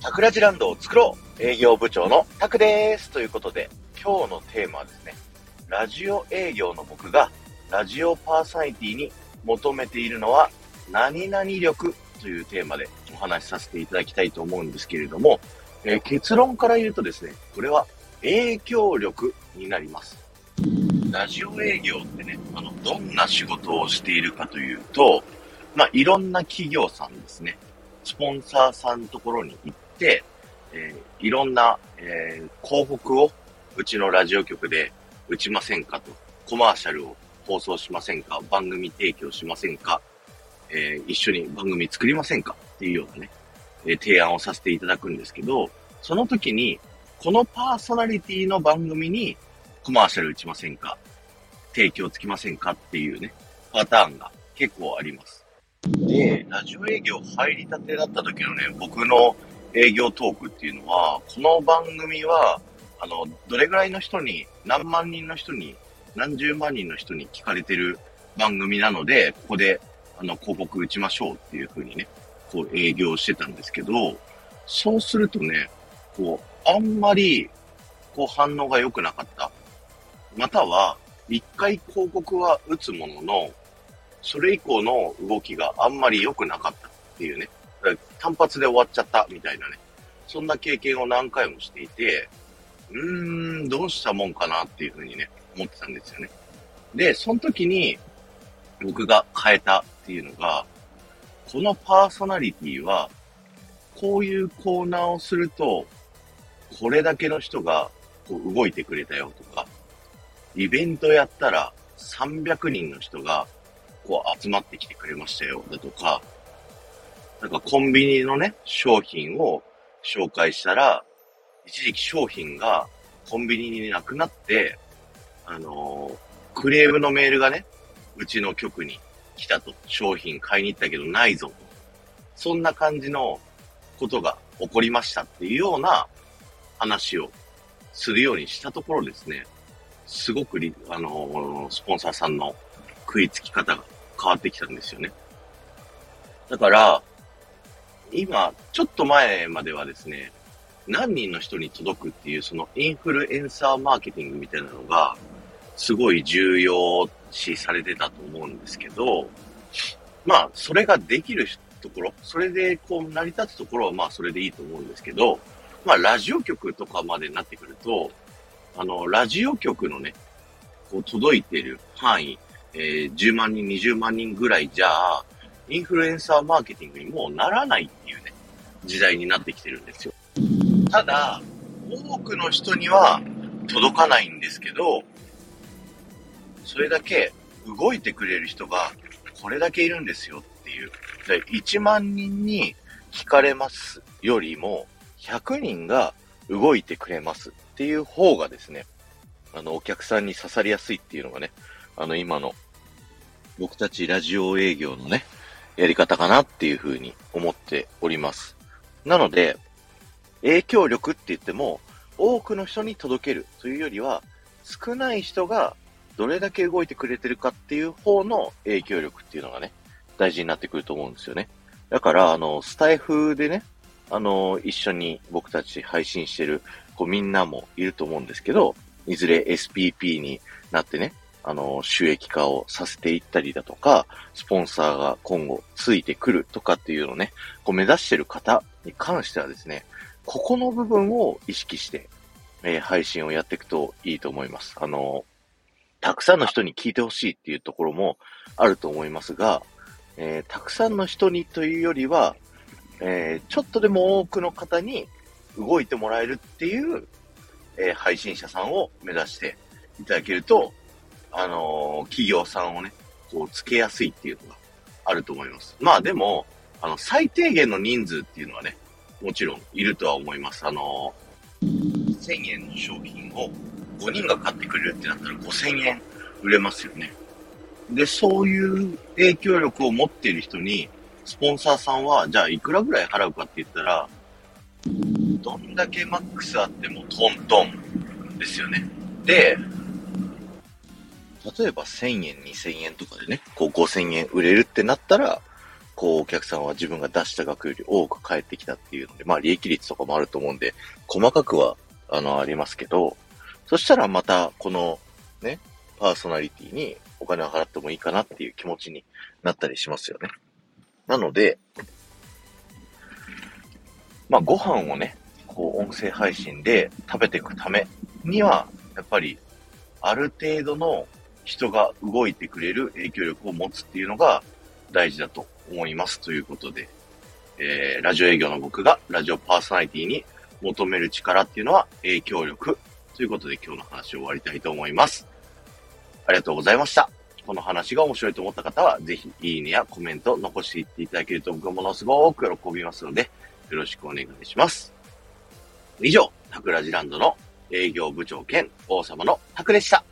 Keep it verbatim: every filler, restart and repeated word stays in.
タクラジランドを作ろう営業部長のタクです。ということで、今日のテーマはですね、ラジオ営業の僕がラジオパーソナリティに求めているのは何々力というテーマでお話しさせていただきたいと思うんですけれども、えー、結論から言うとですね、これは影響力になります。ラジオ営業ってね、あの、どんな仕事をしているかというと、まあ、いろんな企業さんですね、スポンサーさんのところに行って、えー、いろんな、えー、広告をうちのラジオ局で打ちませんかと、コマーシャルを放送しませんか、番組提供しませんか、えー、一緒に番組作りませんかっていうようなね、えー、提案をさせていただくんですけど、その時に、このパーソナリティの番組にコマーシャル打ちませんか、提供つきませんかっていうね、パターンが結構あります。で、ラジオ営業入りたてだった時のね、僕の営業トークっていうのは、この番組は、あの、どれぐらいの人に、何万人の人に、何十万人の人に聞かれてる番組なので、ここで、あの、広告打ちましょうっていう風にね、こう営業してたんですけど、そうするとね、こう、あんまり、こう反応が良くなかった。または、一回広告は打つものの、それ以降の動きがあんまり良くなかったっていうね。単発で終わっちゃったみたいなね。そんな経験を何回もしていて、うーん、どうしたもんかなっていうふうにね、思ってたんですよね。で、その時に僕が変えたっていうのが、このパーソナリティは、こういうコーナーをすると、これだけの人がこう動いてくれたよとか、イベントやったらさんびゃくにんの人がこう集まってきてくれましたよだとか、なんかコンビニのね、商品を紹介したら、一時期商品がコンビニになくなって、あのー、クレームのメールがね、うちの局に来たと。商品買いに行ったけどないぞと。そんな感じのことが起こりましたっていうような話をするようにしたところですね、すごくリ、あのー、スポンサーさんの食いつき方が変わってきたんですよね。だから、今、ちょっと前まではですね、何人の人に届くっていうそのインフルエンサーマーケティングみたいなのが、すごい重要視されてたと思うんですけど、まあ、それができるところ、それでこう成り立つところはまあそれでいいと思うんですけど、まあラジオ局とかまでになってくると、あの、ラジオ局のね、こう届いている範囲、えー、じゅうまんにん、にじゅうまんにんぐらいじゃあ、インフルエンサーマーケティングにもうならないっていうね、時代になってきてるんですよ。ただ、多くの人には届かないんですけど、それだけ動いてくれる人がこれだけいるんですよっていう。でいちまんにんに聞かれますよりも、ひゃくにんが動いてくれますっていう方がですね、あの、お客さんに刺さりやすいっていうのがね、あの、今の僕たちラジオ営業のね、やり方かなっていうふうに思っております。なので、影響力って言っても、多くの人に届けるというよりは、少ない人がどれだけ動いてくれてるかっていう方の影響力っていうのがね、大事になってくると思うんですよね。だから、あの、スタイフでね、あの、一緒に僕たち配信してる、こう、みんなもいると思うんですけど、いずれ エスピーピー になってね、あの、収益化をさせていったりだとか、スポンサーが今後ついてくるとかっていうのをね、こう目指してる方に関してはですね、ここの部分を意識して、えー、配信をやっていくといいと思います。あの、たくさんの人に聞いてほしいっていうところもあると思いますが、えー、たくさんの人にというよりは、えー、ちょっとでも多くの方に動いてもらえるっていう、えー、配信者さんを目指していただけると、あのー、企業さんをね、こう、つけやすいっていうのがあると思います。まあでも、あの、最低限の人数っていうのはね、もちろんいるとは思います。あのー、せんえんの商品をごにんが買ってくれるってなったらごせんえん売れますよね。で、そういう影響力を持っている人に、スポンサーさんは、じゃあいくらぐらい払うかって言ったら、どんだけマックスあってもトントンですよね。で、例えばせんえん、にせんえんとかでね、こうごせんえん売れるってなったら、 こう、お客さんは自分が出した額より多く返ってきたっていうので、まあ、利益率とかもあると思うんで、細かくは、あの、ありますけど、そしたらまた、この、ね、パーソナリティにお金を払ってもいいかなっていう気持ちになったりしますよね。なので、まあ、ご飯をね、こう、音声配信で食べていくためには、やっぱり、ある程度の人が動いてくれる影響力を持つっていうのが大事だと思いますということで、えー、ラジオ営業の僕がラジオパーソナリティに求める力っていうのは影響力ということで今日の話を終わりたいと思います。ありがとうございました。この話が面白いと思った方はぜひいいねやコメント残していっていただけると僕はものすごく喜びますのでよろしくお願いします。以上、タクラジランドの営業部長兼王様のタクでした。